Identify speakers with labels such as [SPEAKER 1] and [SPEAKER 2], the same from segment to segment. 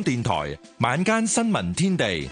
[SPEAKER 1] 電台晚間新聞天地，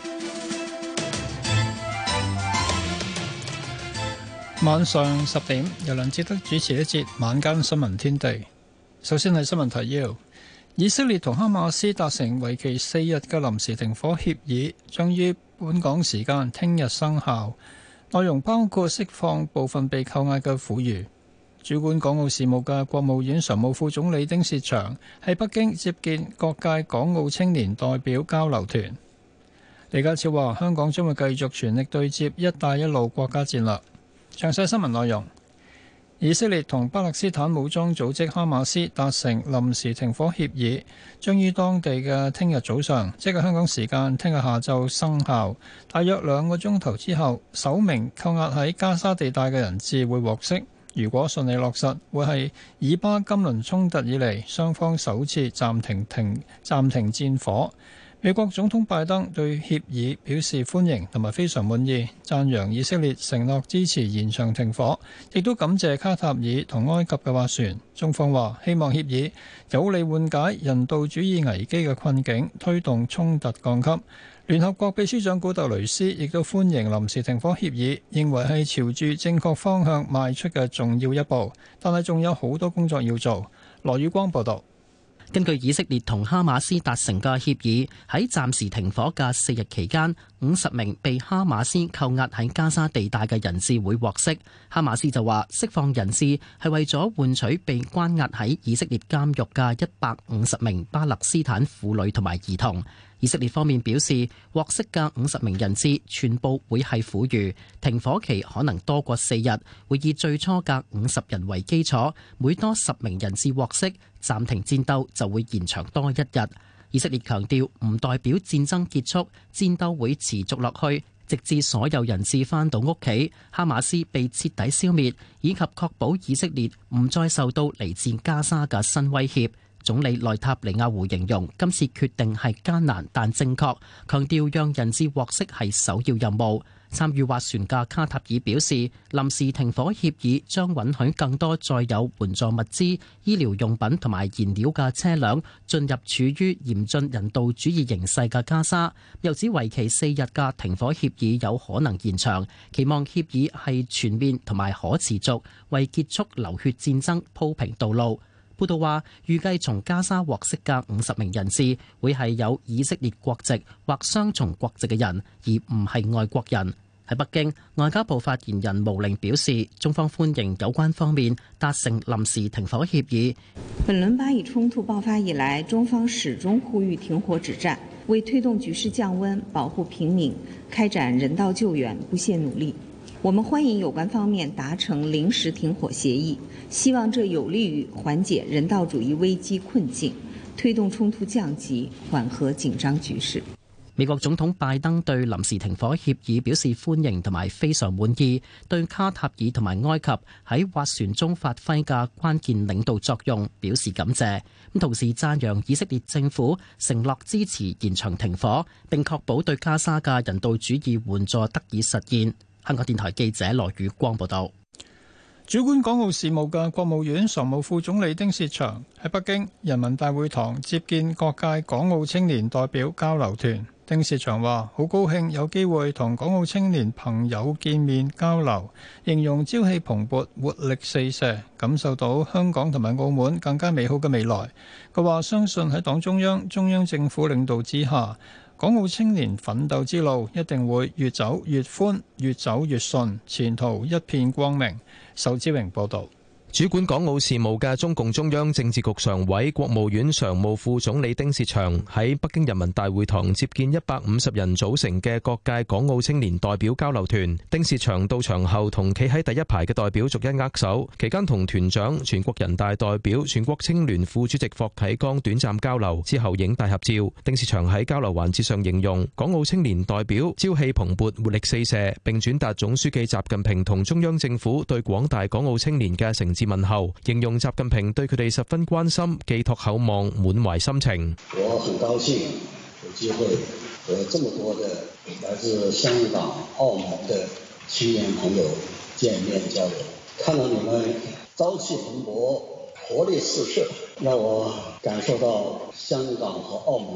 [SPEAKER 2] 晚上10點由梁志德主持一節晚間新聞天地。首先係新聞提要：以色列同哈馬斯達成為期4日嘅臨時停火協議，將於本港時間聽日生效，內容包括釋放部分被扣押嘅婦孺。主管港澳事務嘅國務院常務副總理丁薛祥喺北京接見各界港澳青年代表交流團。李家超話：香港將會繼續全力對接「一帶一路」國家戰略。詳細新聞內容：以色列同巴勒斯坦武裝組織哈馬斯達成臨時停火協議，將於當地嘅聽日早上，即係香港時間聽日下晝生效。大約2個鐘頭之後，首名扣押喺加沙地帶嘅人質會獲釋。如果順利落實，會係以巴今輪衝突以嚟雙方首次暫停戰火。美國總統拜登對協議表示歡迎同埋非常滿意，讚揚以色列承諾支持延長停火，亦都感謝卡塔爾同埃及嘅斡旋。中方話希望協議有利緩解人道主義危機嘅困境，推動衝突降級。聯合國秘書長古特雷斯亦都歡迎臨時停火協議，認為係朝住正確方向邁出嘅重要一步，但係仲有好多工作要做。羅宇光報道。
[SPEAKER 3] 根據以色列同哈馬斯達成嘅協議，喺暫時停火嘅4日期間，50名被哈馬斯扣押喺加沙地帶嘅人質會獲釋。哈馬斯就話釋放人質係為咗換取被關押喺以色列監獄嘅150名巴勒斯坦婦女同埋兒童。以色列方面表示，獲釋嘅50名人質全部會係婦孺，停火期可能多過4日，會以最初嘅50人為基礎，每多10名人質獲釋，暫停戰鬥就會延長多1日。以色列強調唔代表戰爭結束，戰鬥會持續落去，直至所有人質返到屋企，哈馬斯被徹底消滅，以及確保以色列唔再受到嚟自加沙嘅新威脅。總理內塔尼亞胡形容今次決定係艱難但正確，強調讓人質獲釋係首要任務。參與斡旋嘅卡塔爾表示，臨時停火協議將允許更多載有援助物資、醫療用品同埋燃料嘅車輛進入處於嚴峻人道主義形勢嘅加沙。又指為期4日嘅停火協議有可能延長，期望協議係全面同埋可持續，為結束流血戰爭鋪平道路。報道話，預計從加沙獲釋嘅50名人質會係有以色列國籍或雙重國籍嘅人，而唔係外國人。喺北京，外交部發言人毛寧表示，中方歡迎有關方面達成臨時停火協議。
[SPEAKER 4] 本輪巴以衝突爆發以來，中方始終呼籲停火止戰，為推動局勢降溫、保護平民、開展人道救援不懈努力。我們歡迎有關方面達成臨時停火協議，希望這有利於緩解人道主義危機困境，推動衝突降級，緩和緊張局勢。
[SPEAKER 3] 美國總統拜登對臨時停火協議表示歡迎同埋非常滿意，對卡塔爾同埋埃及喺斡旋中發揮嘅關鍵領導作用表示感謝。同時讚揚以色列政府承諾支持延長停火，並確保對加沙嘅人道主義援助得以實現。香港電台記者羅宇光報道。
[SPEAKER 2] 主管港澳事務嘅國務院常務副總理丁薛祥喺北京人民大會堂接見各界港澳青年代表交流團。丁薛祥話：好高興有機會同港澳青年朋友見面交流，形容朝氣蓬勃、活力四射，感受到香港同埋澳門更加美好嘅未來。佢話相信喺黨中央、中央政府領導之下，港澳青年奮鬥之路一定會越走越寬，越走越順，前途一片光明。仇志榮報導。
[SPEAKER 5] 主管港澳事務嘅中共中央政治局常委、國務院常務副總理丁薛祥喺北京人民大會堂接見150人組成嘅各界港澳青年代表交流團。丁薛祥到場後同企喺第一排嘅代表逐一握手，期間同團長、全國人大代表、全國青聯副主席霍啟剛短暫交流，之後影大合照。丁薛祥喺交流環節上形容港澳青年代表朝氣蓬勃、活力四射，並轉達總書記習近平同中央政府對廣大港澳青年嘅誠摯問候，形容習近平對佢哋十分關心，寄託厚望，滿懷深情。
[SPEAKER 6] 我很高興有機會和這麼多的來自香港、澳門的青年朋友見面交流，看到你們朝氣蓬勃、活力四射，讓我感受到香港和澳門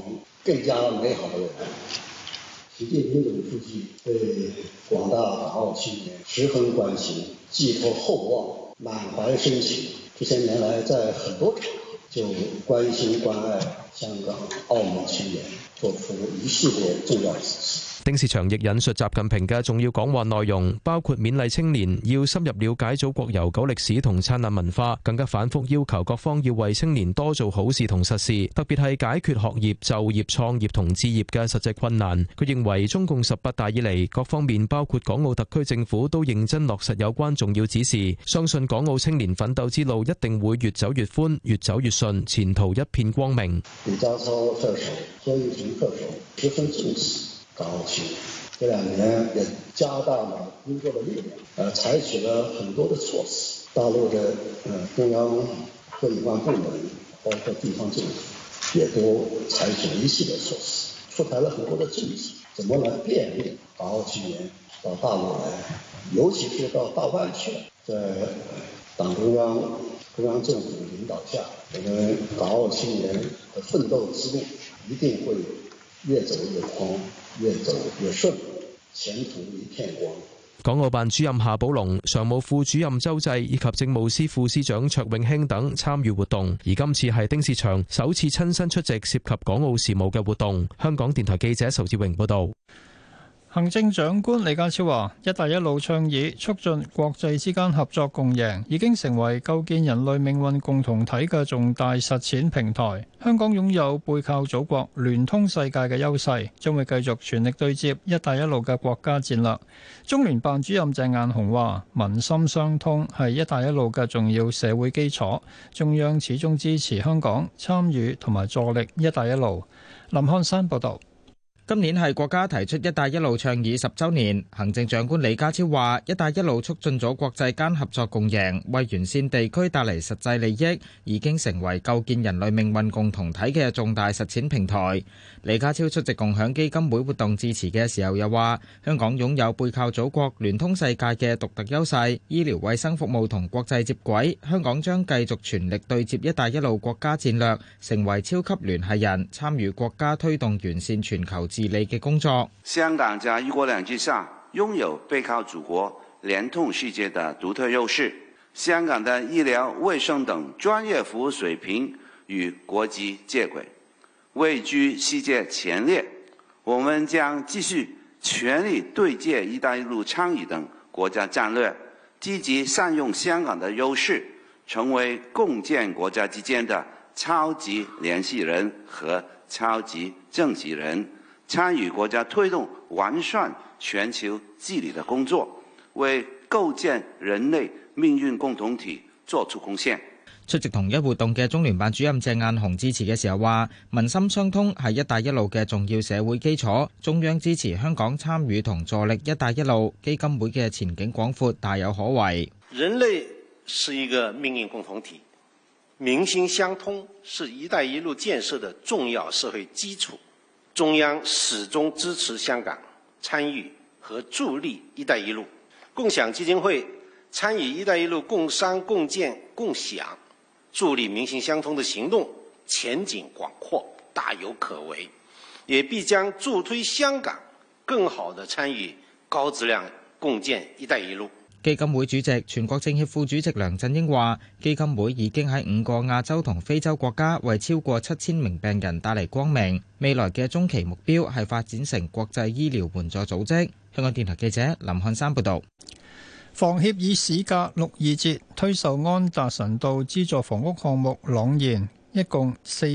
[SPEAKER 6] 更加美好的未来。习近平总书记对广大港澳青年十分关心，寄托厚望，满怀深情。这些年来，在很多场合就关心关爱香港、澳门青年，做出一系列重要指示。
[SPEAKER 5] 丁士祥亦引述習近平嘅重要講話內容，包括勉勵青年要深入了解祖國悠久歷史同燦爛文化，更加反覆要求各方要為青年多做好事同實事，特別係解決學業、就業、創業同置業嘅實際困難。佢認為中共18大以嚟，各方面包括港澳特區政府都認真落實有關重要指示，相信港澳青年奮鬥之路一定會越走越寬、越走越順，前途一片光明。
[SPEAKER 6] 李家超特首、習近平特首十分重視港澳青年，這2年也加大了工作的力量，採取了很多的措施。大陸的中央各有關部門，包括地方政府，也都採取了一系列措施，出台了很多的政策，怎麼來便利港澳青年到大陸來，尤其是到大灣區，在黨中央政府領導下，我們港澳青年的奮鬥之路一定會越走越寬，越走越順，前途一片光。
[SPEAKER 5] 港澳辦主任夏寶龍、常務副主任周濟以及政務司副司長卓永興等參與活動，而今次係丁士祥首次親身出席涉及港澳事務嘅活動。香港電台記者仇志榮報道。
[SPEAKER 2] 行政長官李家超話：一帶一路倡議促進國際之間合作共贏，已經成為構建人類命運共同體嘅重大實踐平台。香港擁有背靠祖國、聯通世界嘅優勢，將會繼續全力對接一帶一路嘅國家戰略。中聯辦主任鄭雁雄話：民心相通係一帶一路嘅重要社會基礎，中央始終支持香港參與同埋助力一帶一路。林漢山報導。
[SPEAKER 7] 今年係國家提出一帶一路倡議10週年，行政長官李家超話：一帶一路促進咗國際間合作共贏，為完善地區帶嚟實際利益，已經成為構建人類命運共同體嘅重大實踐平台。李家超出席共享基金會活動致辭嘅時候又話：香港擁有背靠祖國、聯通世界嘅獨特優勢，醫療衛生服務同國際接軌，香港將繼續全力對接一帶一路國家戰略，成為超級聯繫人，參與國家推動完善全球治理嘅工作。
[SPEAKER 8] 香港在一國兩制下擁有背靠祖國、聯通世界的獨特優勢，香港的醫療衛生等專業服務水平與國際接軌，位居世界前列。我們將繼續全力對接一帶一路倡議等國家戰略，積極善用香港的優勢，成為共建國家之間的超級聯繫人和超級政績人，參與國家推動完善全球治理的工作，為構建人類命運共同體作出貢獻。
[SPEAKER 7] 出席同一活動嘅中聯辦主任鄭雁雄致辭嘅時候話：民心相通係一帶一路嘅重要社會基礎，中央支持香港參與同助力一帶一路，基金會嘅前景廣闊，大有可為。
[SPEAKER 9] 人類是一個命運共同體，民心相通是一帶一路建設的重要社會基礎。中央始終支持香港參與和助力一帶一路，共享基金會參與一帶一路共商共建共享，助力民心相通的行動前景廣闊，大有可為，也必將助推香港更好地參與高質量共建一帶一路。
[SPEAKER 7] 基金會主席、全國政協副主席梁振英話：基金會已經喺5個亞洲同非洲國家為超過7000名病人帶嚟光明。未來嘅中期目標係發展成國際醫療援助組織。香港電台記者林漢山報導。
[SPEAKER 2] 房協以市價62折推售安達臣道資助房屋項目朗然，一共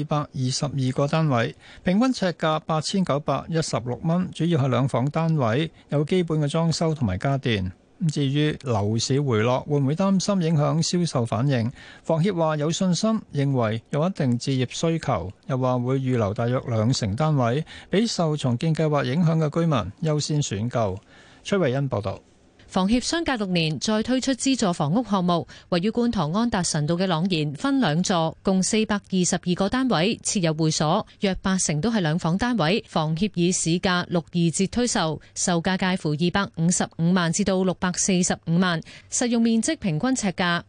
[SPEAKER 2] 422個單位，平均尺價8916蚊，主要係兩房單位，有基本嘅裝修同埋家電。至於樓市回落會唔會擔心影響銷售反應？房協話有信心，認為有一定置業需求，又話會預留大約20成單位俾受重建計劃影響嘅居民優先選購。崔慧欣報導。
[SPEAKER 10] 房協相隔6年再推出資助房屋項目，位於觀塘安達臣道嘅朗然分2座，共422個單位，設有會所，約80%都係2房單位。房協以市價62折推售，售價介乎255萬至到645萬，實用面積平均尺價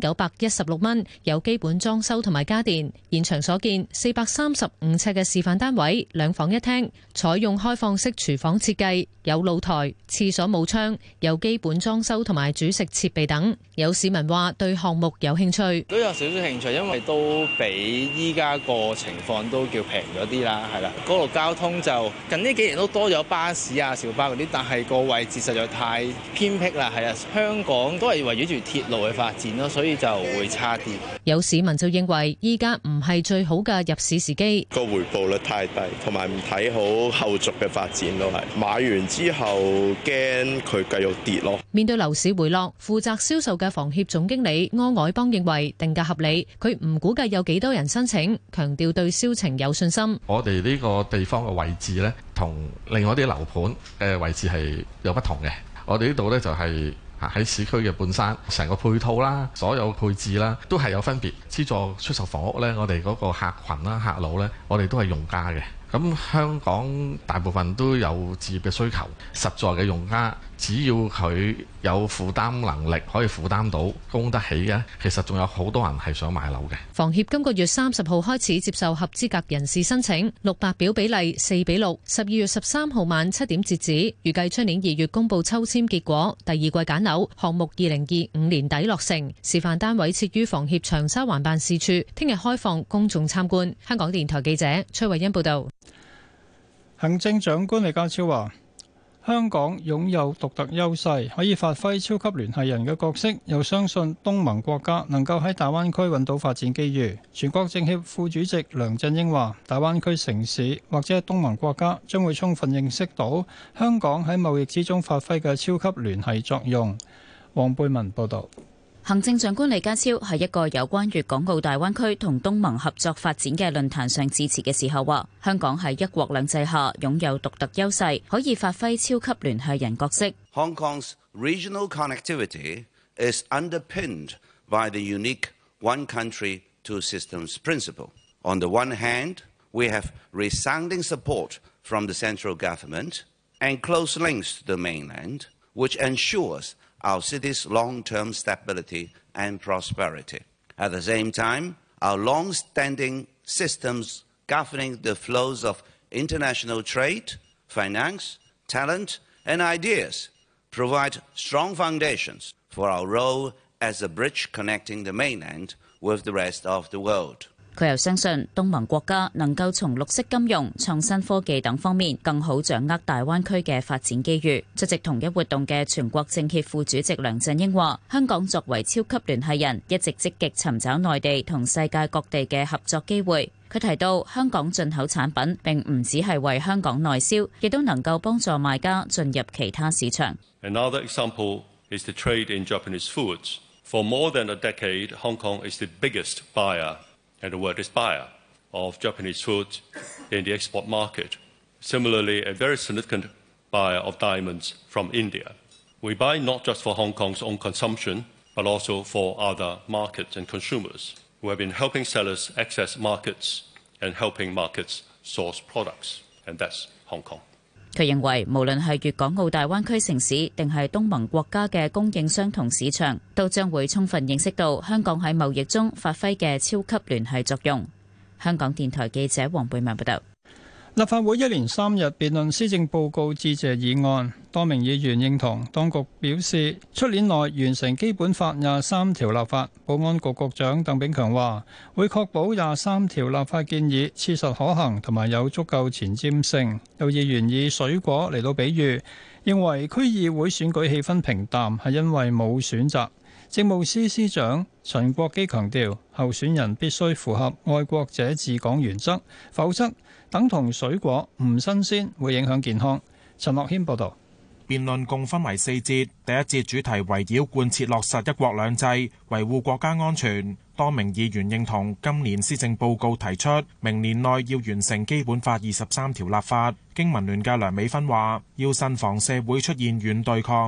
[SPEAKER 10] 8916蚊，有基本裝修同埋家電。現場所見，435尺嘅示範單位，2房1廳，採用開放式廚房設計，有露台，廁所冇窗，有基本裝修同埋煮食設備等。有市民話對項目有興趣，
[SPEAKER 11] 都有少少興趣，因為都比依家個情況都叫平咗啲啦，係啦。嗰度交通就近呢幾年都多咗巴士啊、小巴嗰啲，但係個位置實在太偏僻啦，係啊。香港都係圍繞住鐵路去發展咯，所以就會差啲。
[SPEAKER 10] 有市民就認為依家唔係最好嘅入市時機，
[SPEAKER 12] 個回報率太低，同埋唔睇好後續嘅發展都係買完之後驚佢繼續跌咯。
[SPEAKER 10] 面對樓市回落，負責銷售嘅房協總經理柯凱邦認為定價合理，佢唔估計有幾多人申請，強調對銷情有信心。
[SPEAKER 13] 我哋呢個地方嘅位置呢，同另外啲樓盤嘅位置係有不同嘅。我哋呢度呢，就係喺市區嘅半山，成個配套啦，所有配置啦，都係有分別。資助出售房屋呢，我哋嗰個客群啦、客路呢，我哋都係用家嘅。咁香港大部分都有置業嘅需求，實在嘅用家，只要佢有負擔能力，可以負擔到供得起嘅，其實仲有好多人係想買樓嘅。
[SPEAKER 10] 房協今個月30號開始接受合資格人士申請，600表比例4:6， 12月13號晚7點截止，預計出年2月公佈抽籤結果，第2季揀樓項目2025年底落成。示範單位設於房協長沙灣辦事處，聽日開放公眾參觀。香港電台記者崔慧欣報道。
[SPEAKER 2] 行政長官李家超話：香港擁有獨特優勢，可以發揮超級聯繫人嘅角色，又相信東盟國家能夠喺大灣區揾到發展機遇。全國政協副主席梁振英話：大灣區城市或者東盟國家將會充分認識到香港喺貿易之中發揮嘅超級聯繫作用。黃貝文報導。
[SPEAKER 14] 行政長官李家超喺一個有關粵港澳大灣區同東盟合作發展嘅論壇上致辭嘅時候話：香港喺一國兩制下擁有獨特優勢，可以發揮超級聯繫人角色。
[SPEAKER 8] Hong Kong's regional connectivity is underpinned by the unique one country, two systems principle. On the one hand, we have resounding support from the central government and close links to the mainland, which ensures our city's long-term stability and prosperity. At the same time, our long-standing systems governing the flows of international trade, finance, talent, and ideas provide strong foundations for our role as a bridge connecting the mainland with the rest of the world.
[SPEAKER 14] 佢又相信東盟國家能夠從綠色金融、創新科技等方面更好掌握大灣區嘅發展機遇。出席同一活動嘅全國政協副主席梁振英話：香港作為超級聯繫人，一直積極尋找內地同世界各地嘅合作機會。佢提到，香港進口產品並唔只係為香港內銷，亦都能夠幫助賣家進入其他市場。
[SPEAKER 15] Another example is the trade in Japanese foods. For more than a decade, Hong Kong is the biggest buyer and the world's buyer of Japanese food in the export market. Similarly, a very significant buyer of diamonds from India. We buy not just for Hong Kong's own consumption, but also for other markets and consumers. We have been helping sellers access markets and helping markets source products, and that's Hong Kong.
[SPEAKER 14] 佢認為，無論係粵港澳大灣區城市定係東盟國家嘅供應商同市場，都將會充分認識到香港喺貿易中發揮嘅超級聯繫作用。香港電台記者黃貝文報道。
[SPEAKER 2] 立法會一連3日辯論施政報告致謝議案，多名議員認同當局表示出年內完成基本法23條立法。保安局局長鄧炳強話會確保23條立法建議切實可行同埋有足夠前瞻性。有議員以水果嚟到比喻，認為區議會選舉氣氛平淡係因為冇選擇。政務司司長陳國基強調，候選人必須符合愛國者治港原則，否則等同水果唔新鮮，會影響健康。陳樂軒報導。
[SPEAKER 16] 辯論共分為4節，第一節主題圍繞貫徹落實一國兩制，維護國家安全。多名議員認同今年施政報告提出，明年內要完成基本法23條立法。經民聯嘅梁美芬話，要慎防社會出現軟對抗。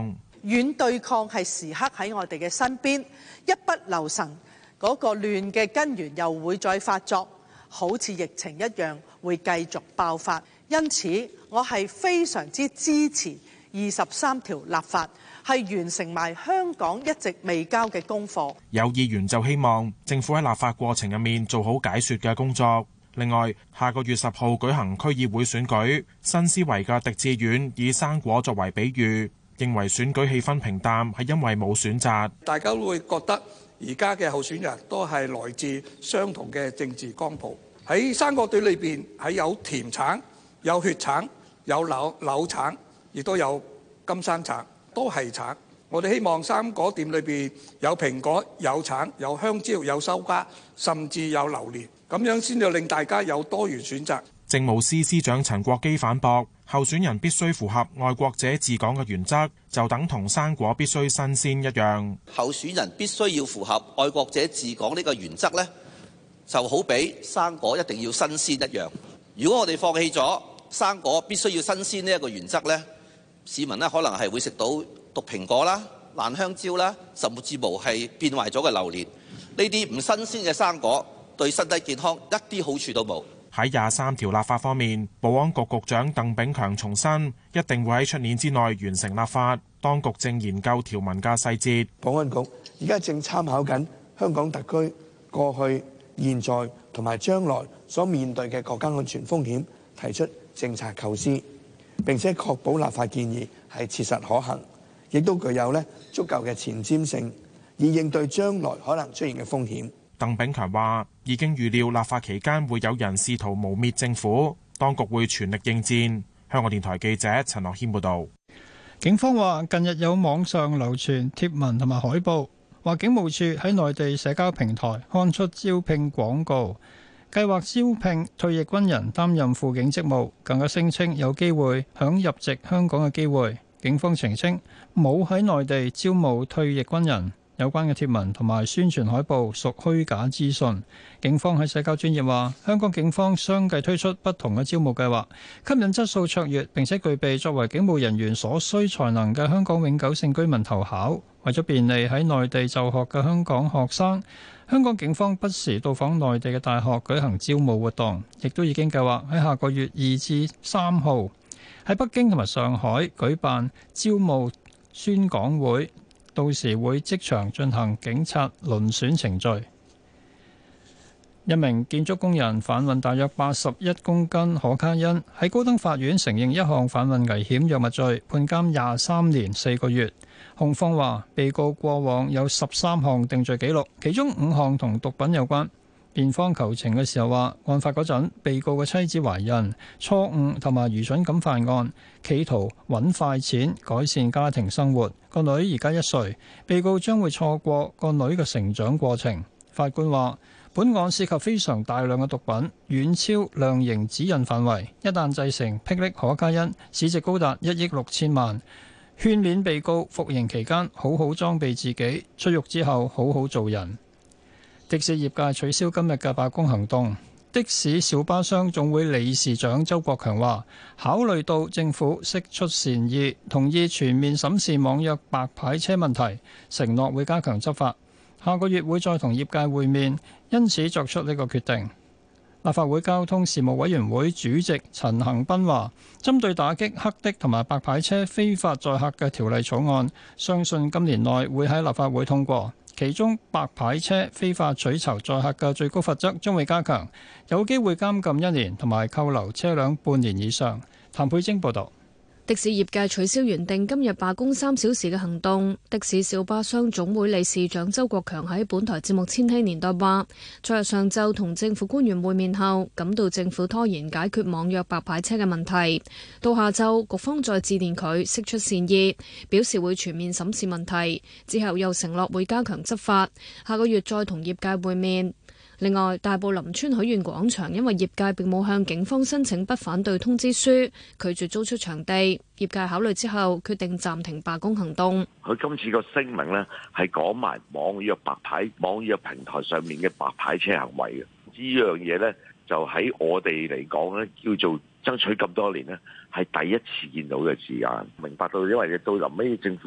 [SPEAKER 17] 軟對抗係時刻喺我哋嘅身邊，一不留神嗰個亂嘅根源又會再發作，好似疫情一樣會繼續爆發。因此，我係非常之支持23條立法，係完成埋香港一直未交嘅功課。
[SPEAKER 16] 有議員就希望政府喺立法過程入面做好解說嘅工作。另外，下個月10號舉行區議會選舉，新思維嘅狄志遠以生果作為比喻，認為選舉氣氛平淡係因為冇選擇。
[SPEAKER 18] 大家都會覺得而家嘅候選人都係來自相同嘅政治光譜。喺生果隊裏邊係有甜橙、有血橙、有柳橙，亦都有金生橙，都係橙。我哋希望生果店裏邊有蘋果、有橙、有香蕉、有收瓜，甚至有榴蓮，咁樣先至令大家有多元選擇。
[SPEAKER 16] 政務司司長陳國基反駁，候選人必須符合愛國者治港嘅原則，就等同生果必須新鮮一樣。
[SPEAKER 19] 候選人必須要符合愛國者治港呢個原則呢，就好比生果一定要新鮮一樣。如果我哋放棄咗生果必須要新鮮呢一個原則呢，市民呢可能係會食到毒蘋果啦、爛香蕉啦，甚至乎係變壞咗嘅榴蓮。呢啲唔新鮮嘅生果對身體健康一啲好處都冇。
[SPEAKER 16] 喺23條立法方面，保安局局長鄧炳強重申，一定會喺出年之內完成立法。當局正研究條文嘅細節。
[SPEAKER 20] 保安局而家正參考緊香港特區過去、現在同埋將來所面對嘅國家安全風險，提出政策構思，並且確保立法建議係切實可行，亦都具有足夠嘅前瞻性，以應對將來可能出現嘅風險。
[SPEAKER 16] 鄧炳強話：已經預料立法期間會有人試圖污蔑政府，當局會全力應戰。香港電台記者陳樂軒報導。
[SPEAKER 2] 警方話，近日有網上流傳貼文同埋海報，話警務處喺內地社交平台刊出招聘廣告，計劃招聘退役軍人擔任輔警職務，更加聲稱有機會享入籍香港嘅機會。警方澄清冇喺內地招募退役軍人。有關嘅貼文同埋宣傳海報屬虛假資訊。警方喺社交專頁話，香港警方相繼推出不同嘅招募計劃，吸引質素卓越並且具備作為警務人員所需才能嘅香港永久性居民投考。為咗便利喺內地就學嘅香港學生，香港警方不時到訪內地嘅大學舉行招募活動，亦都已經計劃喺下個月2至3號喺北京同埋上海舉辦招募宣講會。到時會即場進行警察遴選程序。一名建築工人販運大約81公斤可卡因，喺高等法院承認一項販運危險藥物罪，判監23年4個月。控方話，被告過往有13項定罪記錄，其中5項同毒品有關。辯方求情嘅時候話，案發嗰陣，被告嘅妻子懷孕，錯誤同埋愚蠢咁犯案，企圖揾快錢改善家庭生活。個女而家1歲，被告將會錯過個女嘅成長過程。法官話，本案涉及非常大量嘅毒品，遠超量刑指引範圍，一旦製成霹靂可卡因，市值高達1億6千萬。勸勉被告服刑期間好好裝備自己，出獄之後好好做人。的士業界取消今日嘅罷工行動。的士小巴商總會理事長周國強話，考慮到政府釋出善意，同意全面審視網約白牌車問題，承諾會加強執法。下個月會再同業界會面，因此作出呢個決定。立法會交通事務委員會主席陳恒鑌話，針對打擊黑的同埋白牌車非法載客嘅條例草案，相信今年內會喺立法會通過。其中白牌車非法取酬載客嘅最高罰則將會加強，有機會監禁1年同埋扣留車輛半年以上。譚佩晶報導。
[SPEAKER 21] 的士業界取消原定今日罷工3小時嘅行動。的士小巴商總會理事長周國強喺本台節目《千禧年代》話，昨日上晝同政府官員會面後，感到政府拖延解決網約白牌車嘅問題。到下晝，局方再致電佢，釋出善意，表示會全面審視問題，之後又承諾會加強執法，下個月再同業界會面。另外，大埔林村許願廣場因為業界並冇向警方申請不反對通知書，拒絕租出場地。業界考慮之後，決定暫停罷工行動。
[SPEAKER 22] 佢今次個聲明呢係講埋網約白牌、網約平台上面嘅白牌車行為嘅。呢樣嘢呢，就喺我哋嚟講呢，叫做爭取咁多年呢，係第一次見到嘅字眼。明白到，因為到臨尾政府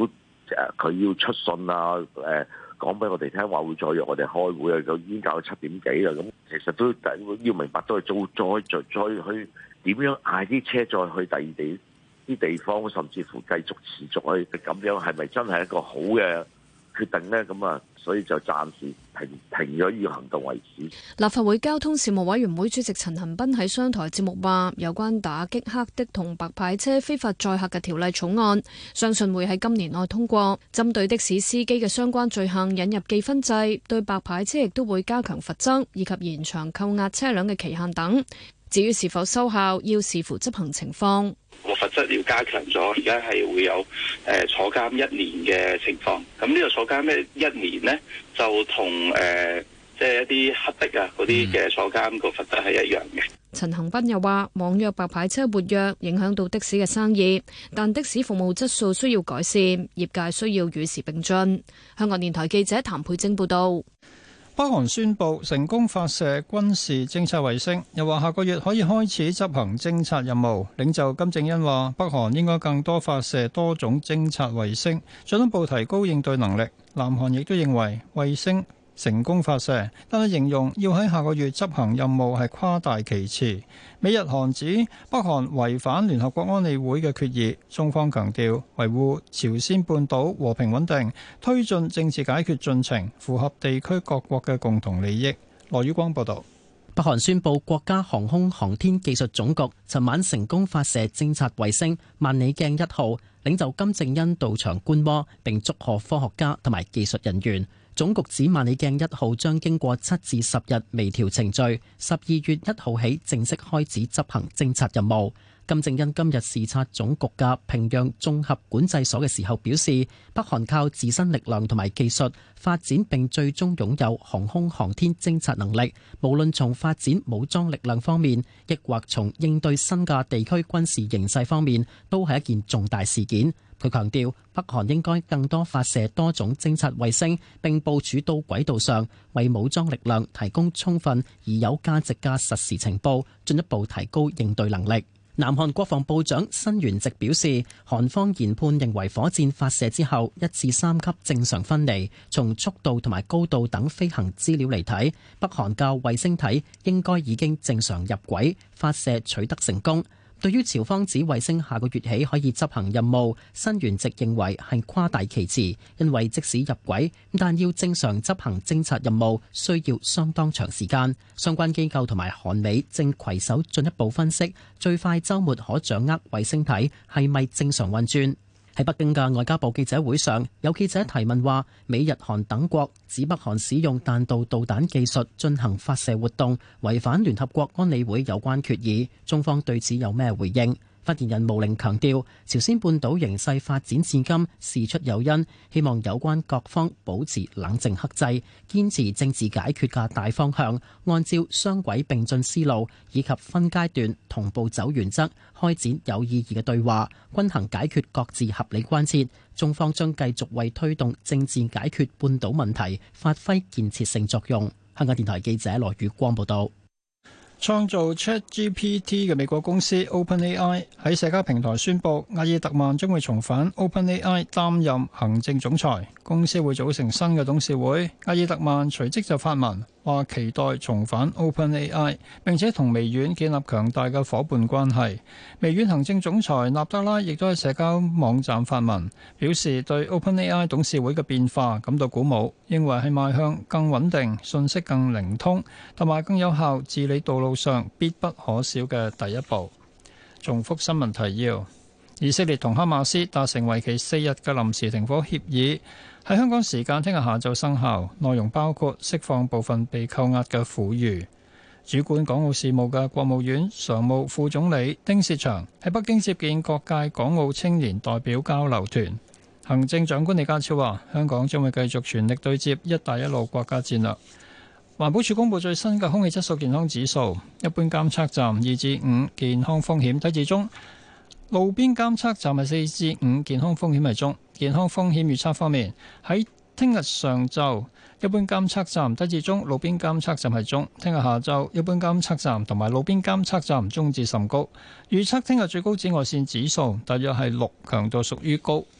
[SPEAKER 22] 佢要出信啊，講俾我哋聽話會再約我哋開會啊，就已經搞到7點幾啦。咁其實都要明白，都係再去點樣嗌啲車再去第二啲地方，甚至乎繼續持續去咁樣，係咪真係一個好嘅決定呢？咁啊，所以就暫時停咗呢個行動為止。
[SPEAKER 21] 立法會交通事務委員會主席陳恒鑌喺商台節目話，有關打擊黑的同白牌車非法載客嘅條例草案，相信會喺今年內通過。針對的士司機嘅相關罪行引入記分制，對白牌車亦都會加強罰則，以及延長扣押車輛嘅期限等。至於是否收效，要視乎執行情況。
[SPEAKER 1] 個罰則要加強咗，而家係會有坐監1年嘅情況。咁呢個坐監1年呢，就同即係一啲黑的啊嗰啲嘅坐監個罰則係一樣嘅。
[SPEAKER 21] 陳恒鑌又話：網約白牌車活躍，影響到的士嘅生意，但的士服務質素需要改善，業界需要與時並進。香港電台記者譚佩晶報導。
[SPEAKER 2] 北韓宣布成功發射軍事偵察衛星，又話下個月可以開始執行偵察任務。領袖金正恩話：北韓應該更多發射多種偵察衛星，進一步提高應對能力。南韓亦都認為衛星成功發射，但係形容要喺下個月執行任務係誇大其詞。美日韓指北韓違反聯合國安理會嘅決議，中方強調維護朝鮮半島和平穩定，推進政治解決進程，符合地區各國嘅共同利益。羅宇光報導。
[SPEAKER 3] 北韓宣布國家航空航天技術總局尋晚成功發射偵察衛星萬里鏡1號，領袖金正恩到場觀摩並祝賀科學家同埋技術人員。總局指萬里鏡1號將經過7至10日微調程序，12月1號起正式開始執行偵察任務。金正恩今日視察總局嘅平壤綜合管制所嘅時候表示，北韓靠自身力量同埋技術發展並最終擁有航空航天偵察能力，無論從發展武裝力量方面，亦或從應對新嘅地區軍事形勢方面，都係一件重大事件。佢強調，北韓應該更多發射多種偵察衛星，並部署到軌道上，為武裝力量提供充分而有價值嘅實時情報，進一步提高應對能力。南韓國防部長申元直表示，韓方研判認為火箭發射之後1至3級正常分離，從速度同埋高度等飛行資料嚟睇，北韓嘅衛星體應該已經正常入軌，發射取得成功。對於朝方指衛星下個月起可以執行任務，申元直認為係誇大其詞，因為即使入軌，但要正常執行偵察任務需要相當長時間。相關機構同埋韓美正攜手進一步分析，最快週末可掌握衛星體係咪正常運轉。喺北京嘅外交部記者會上，有記者提問話，美日韓等國指北韓使用彈道導彈技術進行發射活動，違反聯合國安理會有關決議，中方對此有咩回應？發言人毛寧強調，朝鮮半島形勢發展至今事出有因，希望有關各方保持冷靜克制，堅持政治解決嘅大方向，按照雙軌並進思路以及分階段同步走原則，開展有意義嘅對話，均衡解決各自合理關切。中方將繼續為推動政治解決半島問題發揮建設性作用。香港電台記者羅宇光報道。
[SPEAKER 2] 創造 ChatGPT 嘅美國公司 OpenAI 喺社交平台宣布，阿爾特曼將會重返 OpenAI 擔任行政總裁，公司會組成新嘅董事會。阿爾特曼隨即就發文話期待重返 OpenAI， 並且同微軟建立強大嘅夥伴關係。微軟行政總裁納德拉亦都喺社交網站發文，表示對 OpenAI 董事會嘅變化感到鼓舞，認為係邁向更穩定、信息更靈通同埋更有效治理道路上必不可少嘅第一步。重複新聞提要：以色列同哈馬斯達成為期4日嘅臨時停火協議，喺香港時間聽日下晝生效，內容包括釋放部分被扣押嘅婦孺。主管港澳事務嘅國務院常務副總理丁薛祥喺北京接見各界港澳青年代表交流團。行政長官李家超話，香港將會繼續全力對接一帶一路國家戰略。環保署公布最新嘅空氣質素健康指數，一般監測站2至5，健康風險低至中；路邊監測站係4至5，健康風險係中。健康風險預測方面，喺聽日上晝，一般監測站低至中，路邊監測站係中；聽日下晝，一般監測站同埋路邊監測站中至甚高。預測聽日最高紫外線指數大約係6，強度屬於高。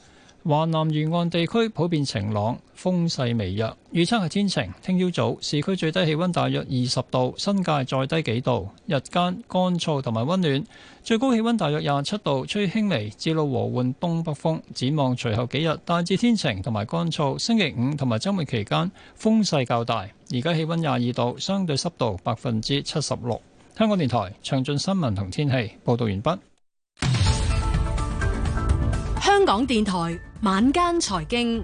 [SPEAKER 2] 華南沿岸地區普遍晴朗，風勢微弱，預測係天晴。聽朝早市區最低氣溫大約20度，新界再低幾度。日間乾燥同埋溫暖，最高氣溫大約27度，吹輕微至到和緩東北風。展望隨後幾日大致天晴同埋乾燥，星期五同埋週末期間風勢較大。而家氣溫22度，相對濕度76%。香港電台詳盡新聞同天氣報道完畢。
[SPEAKER 4] 香港電台晚間財經，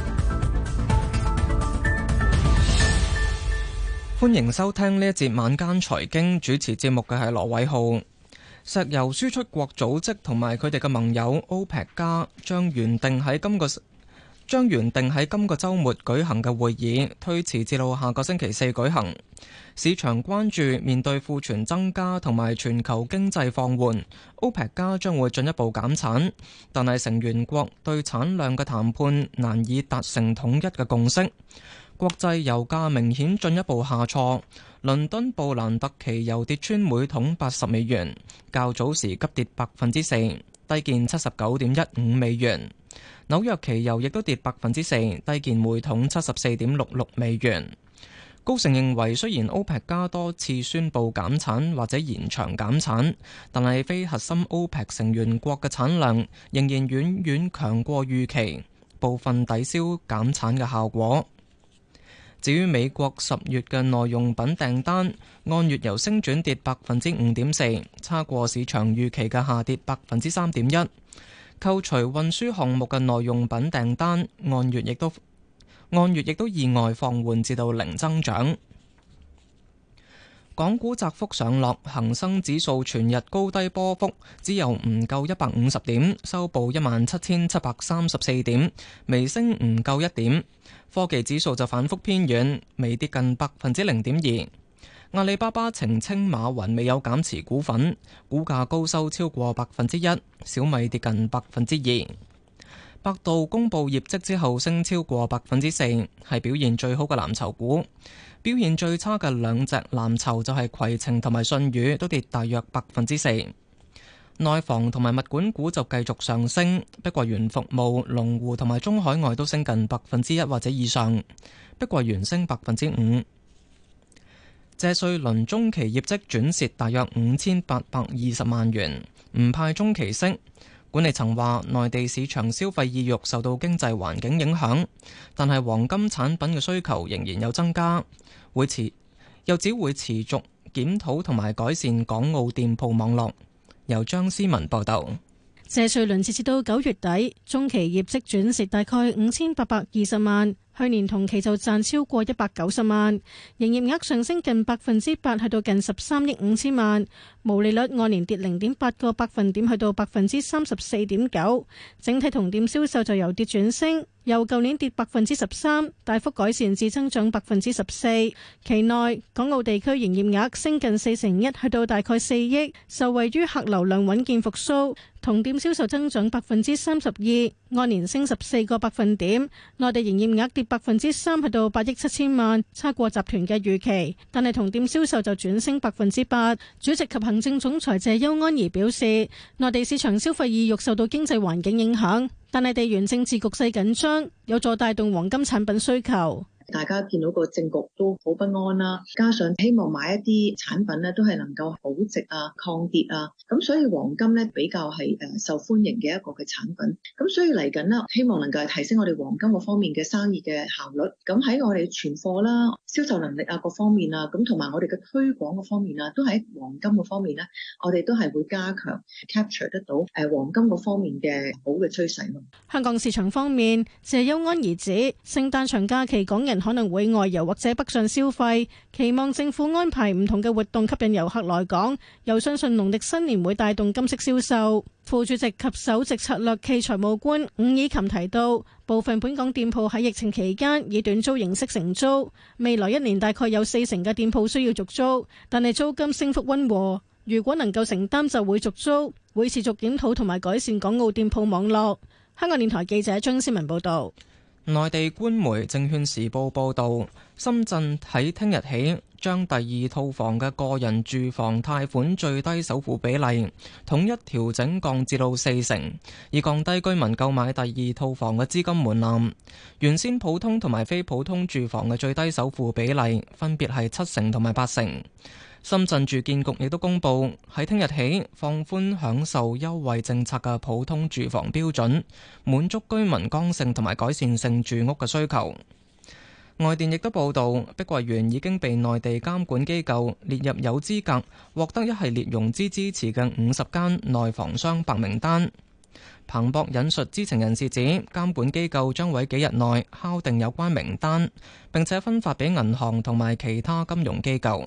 [SPEAKER 6] 歡迎收聽呢一節晚間財經，主持節目嘅係羅偉浩。石油輸出國組織同埋佢哋嘅盟友 OPEC 加將原定喺今個週末舉行嘅會議推遲至到下個星期四舉行。市場關注面對庫存增加同埋全球經濟放緩，OPEC 加將會進一步減產，但係成員國對產量嘅談判難以達成統一嘅共識。國際油價明顯進一步下挫，倫敦布蘭特期油跌穿每桶80美元，較早時急跌4%，低見79.15美元。紐約期油亦都跌4%，低見每桶74.66美元。高盛認為，雖然 OPEC 加多次宣布減產或者延長減產，但係非核心 OPEC 成員國嘅產量仍然遠遠強過預期，部分抵消減產嘅效果。至於美國10月嘅耐用品訂單，按月由升轉跌5.4%，差過市場預期嘅下跌3.1%。扣除運輸項目嘅耐用品訂單，按月亦都意外放緩至到零增長。港股窄幅上落，恒生指數全日高低波幅只有唔夠150點，收報17,734點，微升唔夠1點。科技指數就反覆偏軟，微跌近0.2%。阿里巴巴澄清馬雲未有減持股份，股價高收超過1%，小米跌近2%。百度公布業績之後升超過4%，係表現最好嘅藍籌股。表現最差嘅兩隻藍籌就係攜程同埋信宇，都跌大約4%。內房同埋物管股就繼續上升，碧桂園服務、龍湖同埋中海外都升近1%或者以上，碧桂園升5%。謝瑞麟中期業績轉蝕大約5820萬元，唔派中期息。管理層話，內地市場消費意欲受到經濟環境影響，但係黃金產品嘅需求仍然有增加，又只會持續檢討同埋改善港澳店鋪網絡。由張思文報道。
[SPEAKER 23] 謝瑞麟截至到9月底，中期業績轉蝕大概5820萬。去年同期就賺超過190萬，營業額上升近8%，去到近13億5千萬，毛利率按年跌0.8個百分點，去到34.9%。整體同店銷售就由跌轉升，由舊年跌13%，大幅改善至增長14%。期內港澳地區營業額升近41%，去到大概4億，受惠於客流量穩健復甦，同店銷售增長32%，按年升14個百分點。內地營業額跌3%，去到8億7千萬，差過集團嘅預期，但係同店銷售就轉升8%。主席及行政總裁謝邱安儀表示，內地市場消費意欲受到經濟環境影響，但係地緣政治局勢緊張，有助帶動黃金產品需求。
[SPEAKER 24] 大家見到個政局都好不安啦，加上希望買一啲產品咧都係能夠保值啊、抗跌啊，咁所以黃金咧比較係受歡迎嘅一個嘅產品。咁所以嚟緊咧，希望能夠提升我哋黃金嗰方面嘅生意嘅效率。咁喺我哋存貨啦、銷售能力啊各方面啊，咁同埋我哋嘅推廣嗰方面啊，都喺黃金嗰方面咧，我哋都係會加強 capture 得到黃金嗰方面嘅好嘅趨勢咯。
[SPEAKER 23] 香港市場方面，謝邱安儀指聖誕長假期港人可能會外遊或者北上消費，期望政府安排唔同嘅活動吸引遊客來港，又相信農曆新年會帶動金飾銷售。副主席及首席策略暨財務官伍以琴提到，部分本港店鋪喺疫情期間以短租形式承租，未來1年大概有40%嘅店鋪需要續租，但係租金升幅溫和。如果能夠承擔就會續租，會持續檢討同埋改善港澳店鋪網絡。香港電台記者張思文報道。
[SPEAKER 6] 內地官媒《證券時報》報導，深圳喺聽日起將第二套房嘅個人住房貸款最低首付比例統一調整降至到40%，以降低居民購買第二套房嘅資金門檻。原先普通同埋非普通住房嘅最低首付比例分別係70%同埋80%。深圳住建局亦都公布喺聽日起放寬享受優惠政策嘅普通住房標準，滿足居民剛性同埋改善性住屋嘅需求。外電亦都報道，碧桂園已經被內地監管機構列入有資格獲得一系列融資支持嘅50間內房商白名單。彭博引述知情人士指，監管機構將會幾日內敲定有關名單，並且分發俾銀行同埋其他金融機構。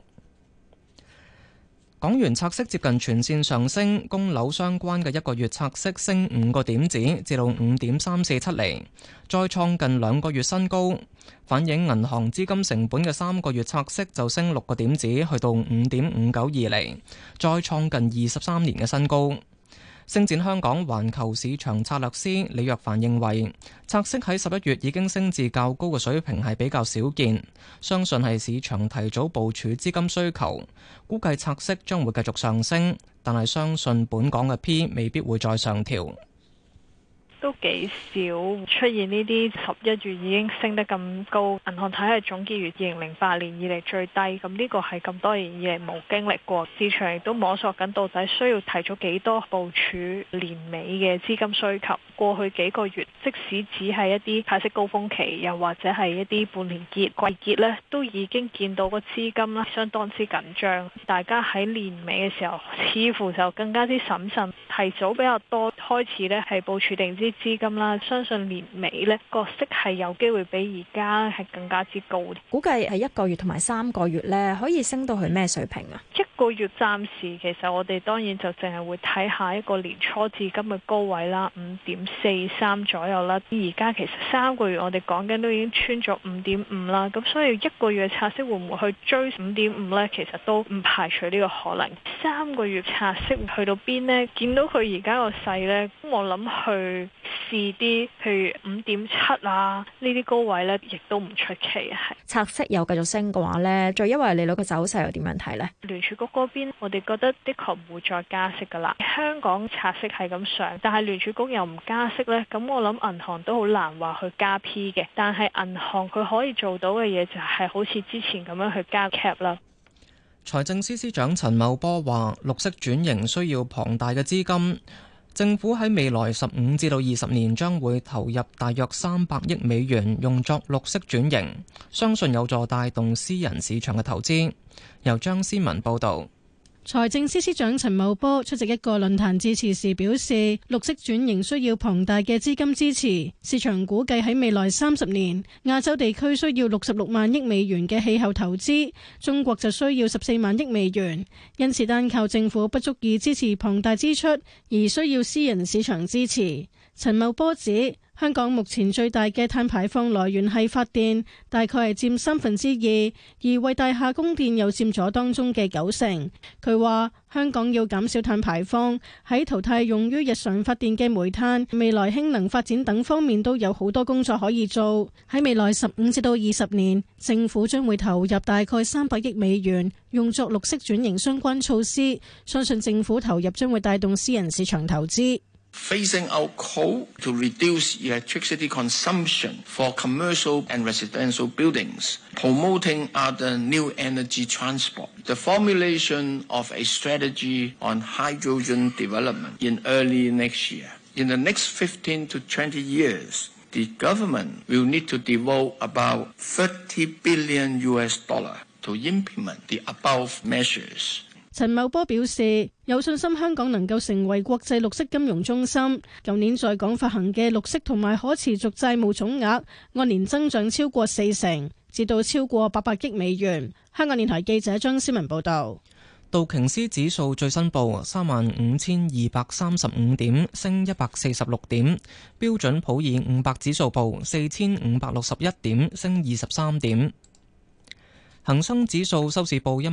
[SPEAKER 6] 港元拆息接近全線上升，供樓相關嘅一個月拆息升5個點子，至到5.347厘，再創近2個月新高。反映銀行資金成本嘅3個月拆息就升6個點子，去到5.592厘，再創近23年嘅新高。星展香港環球市場策略師李若凡認為，拆息喺11月已經升至較高嘅水平係比較少見，相信係市場提早部署資金需求，估計拆息將會繼續上升，但係相信本港嘅 P 未必會再上調。
[SPEAKER 5] 都幾少出現呢啲11月已經升得咁高，銀行體系總結餘2008年以嚟最低，咁呢個係咁多年以嚟冇經歷過，市場亦都摸索緊到底需要提早幾多部署年尾嘅資金需求。過去幾個月，即使只係一啲派息高峰期，又或者係一啲半年結、季結呢，都已經見到個資金啦相當之緊張。大家喺年尾嘅時候，似乎就更加之審慎，提早比較多開始呢係部署定啲資金啦。相信年尾呢個息係有機會比而家係更加之高。
[SPEAKER 7] 估計係1個月同埋3個月呢，可以升到去咩水平啊
[SPEAKER 5] ？1個月暫時其實我哋當然就淨係會睇下一個年初至今嘅高位啦，5.43左右啦。而家其實3個月我哋講緊都已經穿咗5.5啦，咁所以1個月嘅拆息會唔會去追5.5呢？其實都唔排除呢個可能。3個月拆息去到邊呢？見到佢而家個勢呢，我諗去試啲譬如5.7啊呢啲高位呢，亦都唔出奇。係
[SPEAKER 7] 拆息又繼續升嘅話呢，最優惠利率嘅走勢又點樣睇呢？
[SPEAKER 5] 聯儲局嗰邊我哋覺得的確唔會再加息噶啦。香港拆息係咁上，但係聯儲局又唔加息呢，咁我諗銀行都好難話去加 P 嘅。但係銀行佢可以做到嘅嘢就係好似之前咁樣去加 cap 啦。
[SPEAKER 6] 財政司司長陳茂波話，綠色轉型需要龐大嘅資金，政府喺未來15至到20年將會投入大約300億美元用作綠色轉型，相信有助帶動私人市場嘅投資。由張思文報導。
[SPEAKER 23] 財政司司長陳茂波出席一個論壇致辭時表示，綠色轉型需要龐大嘅資金支持，市場估計喺未來30年，亞洲地區需要66萬億美元嘅氣候投資，中國就需要14萬億美元，因此單靠政府不足以支持龐大支出，而需要私人市場支持。陳茂波指，香港目前最大嘅碳排放來源係發電，大概係佔2/3，而為大廈供電又佔咗當中嘅90%。佢話香港要減少碳排放，喺淘汰用於日常發電嘅煤炭、未來氫能發展等方面都有好多工作可以做。喺未來15至到20年，政府將會投入大概300億美元用作綠色轉型相關措施，相信政府投入將會帶動私人市場投資。
[SPEAKER 9] Phasing out coal to reduce electricity consumption for commercial and residential buildings, promoting other new energy transport, the formulation of a strategy on hydrogen development in early next year. In the next 15 to 20 years, the government will need to devote about $30 billion to implement the above measures.
[SPEAKER 23] 陳茂波表示有信心香港能夠成為國際綠色金融中心。舊年在港發行嘅綠色同埋可持續債務總額按年增長超過40%，至到超過800億美元。香港電台記者張思文報道。
[SPEAKER 6] 道瓊斯指數最新報35,235點，升146點。標準普爾500指數報4,561點，升23點。恒生指數收市報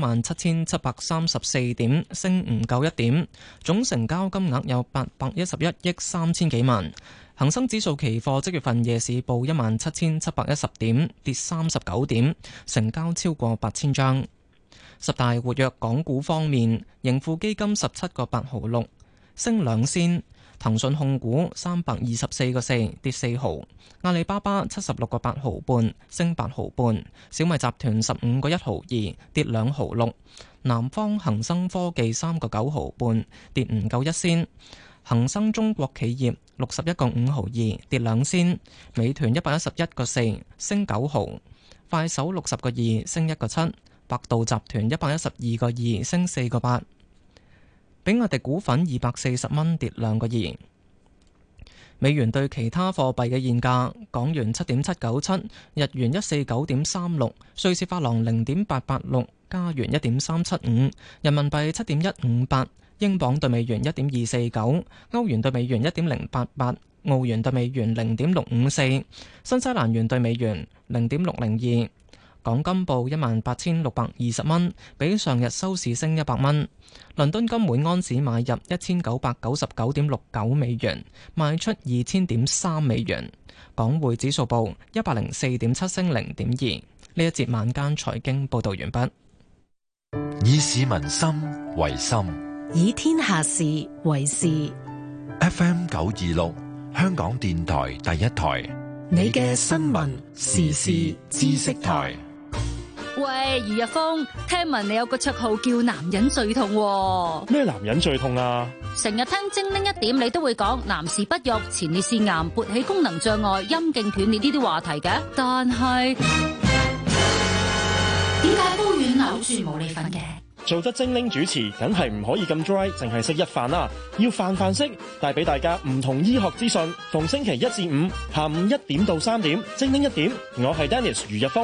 [SPEAKER 6] 17,734點，升唔夠1點，總成交金額有811億3千幾萬。恒生指數期貨即月份夜市報17,710點，跌39點，成交超過8000張。 十大活躍港股方面，盈富基金17個8毫6，升2仙；騰訊控股324個4，跌4毫；阿里巴巴76個8毫半，升8毫半；小米集團15個1毫2，跌2毫6；南方恒生科技3個9毫半，跌唔夠1仙；恒生中國企業61個5毫2，跌2仙；美團111個4，升9毫；快手60個2，升1個7；百度集團112個2，升4個8；比亞迪股份240蚊，跌2個2。美元對其他貨幣嘅現價：港元7.797，日元149.36，瑞士法郎0.886，加元1.375，人民幣7.158，英鎊對美元1.249，歐元對美元1.088，澳元對美元0.654，新西蘭元對美元0.602。港金報18,620蚊，比上日收市升100蚊。倫敦金每安士買入1999.69美元，賣出2000.3美元。港匯指數報104.7，升0.2。呢一節晚間財經報道完畢。
[SPEAKER 10] 以市民心為心，
[SPEAKER 4] 以天下事為事。
[SPEAKER 10] FM 926，香港電台第一台，
[SPEAKER 4] 你嘅新聞時事知識台。
[SPEAKER 11] 喂，余日峰，聽聞你有個綽號叫男人最痛喎。
[SPEAKER 12] 咩男人最痛啊？
[SPEAKER 11] 成日聽精靈一點，你都會講男士不育、前列腺癌、勃起功能障礙、陰莖斷裂呢啲話題嘅。但係點解煲丸扭住冇你份嘅？
[SPEAKER 12] 做得精靈主持，梗係唔可以咁 dry，淨係識一飯啦，要飯識，帶俾大家唔同醫學資訊。逢星期1至5下午1點到3點，精靈一點，我係 Dennis 余日峰。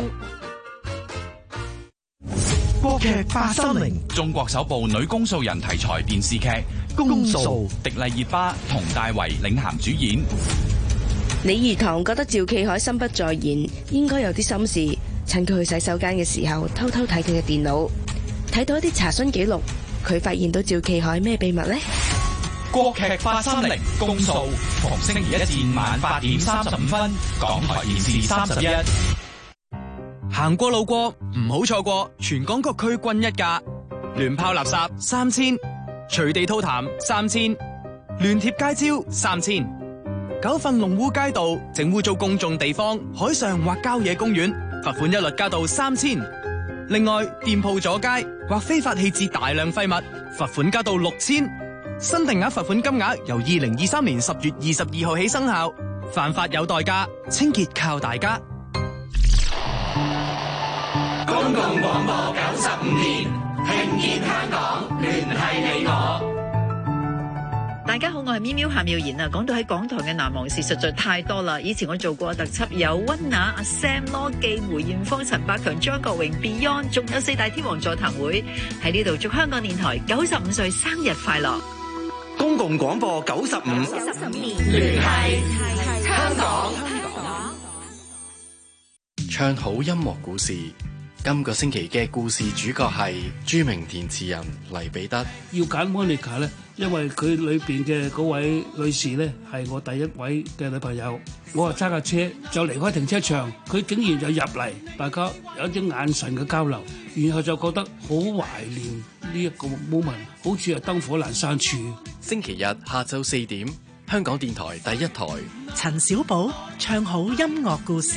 [SPEAKER 13] 國劇830，中國首部女公訴人題材電視劇《公訴》，迪麗熱巴、佟大為領銜主演。
[SPEAKER 25] 李儀堂覺得趙啟海心不在焉，應該有啲心事，趁佢去洗手間嘅時候，偷偷睇佢嘅電腦，睇到一啲查詢記錄，佢發現到趙啟海咩秘密呢？
[SPEAKER 13] 國劇830，公訴，逢星期1至5晚8點35分，港台電視31。
[SPEAKER 26] 行過路過唔好錯過，全港各區均一價，亂拋垃圾3000，隨地吐痰3000，亂貼街招3000，搞份弄污街道、整污糟公眾地方、海上或郊野公園，罰款一律加到3000。另外，店鋪阻街或非法棄置大量廢物，罰款加到6000。新定額罰款金額由2023年10月22號起生效。犯法有代價，清潔靠大家。
[SPEAKER 27] 公共廣播95年，聽見香港，聯繫你我。
[SPEAKER 28] 大家好，我係咪喵夏妙妍啊！講到喺港台嘅難忘事實在太多啦。以前我做過特輯有溫拿、阿 Sam、羅記、梅艷芳、陳百強、張國榮、Beyond， 仲有4大天王座談會。喺呢度祝香港電台95歲生日快樂！
[SPEAKER 27] 公共廣播95年，聯繫香港。
[SPEAKER 29] 唱好音樂故事。今個星期嘅故事主角係著名填詞人黎彼得。
[SPEAKER 30] 要揀 Monica 咧，因為佢裏邊嘅嗰位女士咧係我第一位嘅女朋友。我話揸架車就離開停車場，佢竟然就入嚟，大家有啲眼神嘅交流，然後就覺得好懷念呢一個 moment， 好似係燈火闌珊處。
[SPEAKER 29] 星期日下晝4點，香港電台第一台，
[SPEAKER 31] 陳小寶唱好音樂故事。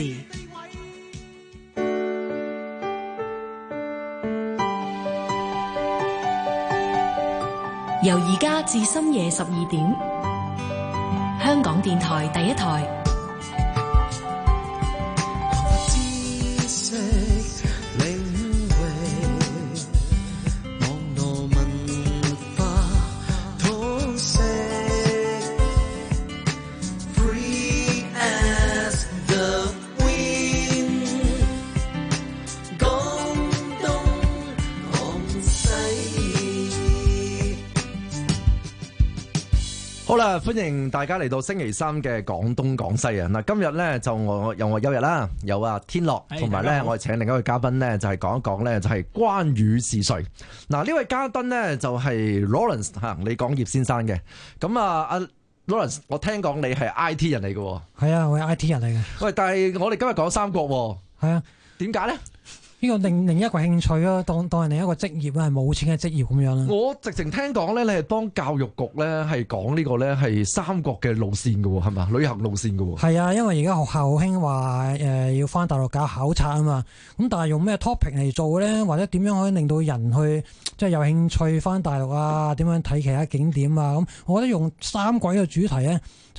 [SPEAKER 4] 由而家至深夜12點，香港電台第一台。
[SPEAKER 32] 好啦，歡迎大家嚟到星期三嘅廣東廣西啊！嗱，今日咧就我休日啦，有啊天樂，同埋咧我哋請另一位嘉賓咧就係講一講咧就係關羽是誰。嗱，呢位嘉賓咧就係 Lawrence 吓，李廣業先生嘅。咁啊，阿 Lawrence， 我聽講你係 IT 人嚟嘅。
[SPEAKER 33] 係啊，我係 IT 人嚟嘅。
[SPEAKER 32] 喂，但係我哋今日講三國。係啊，點解咧？
[SPEAKER 1] 呢個另一個興趣咯，當係另一個職業啦，係冇錢嘅職業咁樣啦。
[SPEAKER 32] 我直情聽講咧，你係幫教育局咧係講呢個咧係三國嘅路線嘅喎，係嘛？旅行路線嘅喎。
[SPEAKER 1] 係啊，因為而家學校好興話要翻大陸搞考察啊嘛，咁但係用咩 topic 嚟做咧，或者點樣可以令到人去即係有興趣翻大陸啊？點樣睇其他景點啊？咁我覺得用三國呢個主題咧。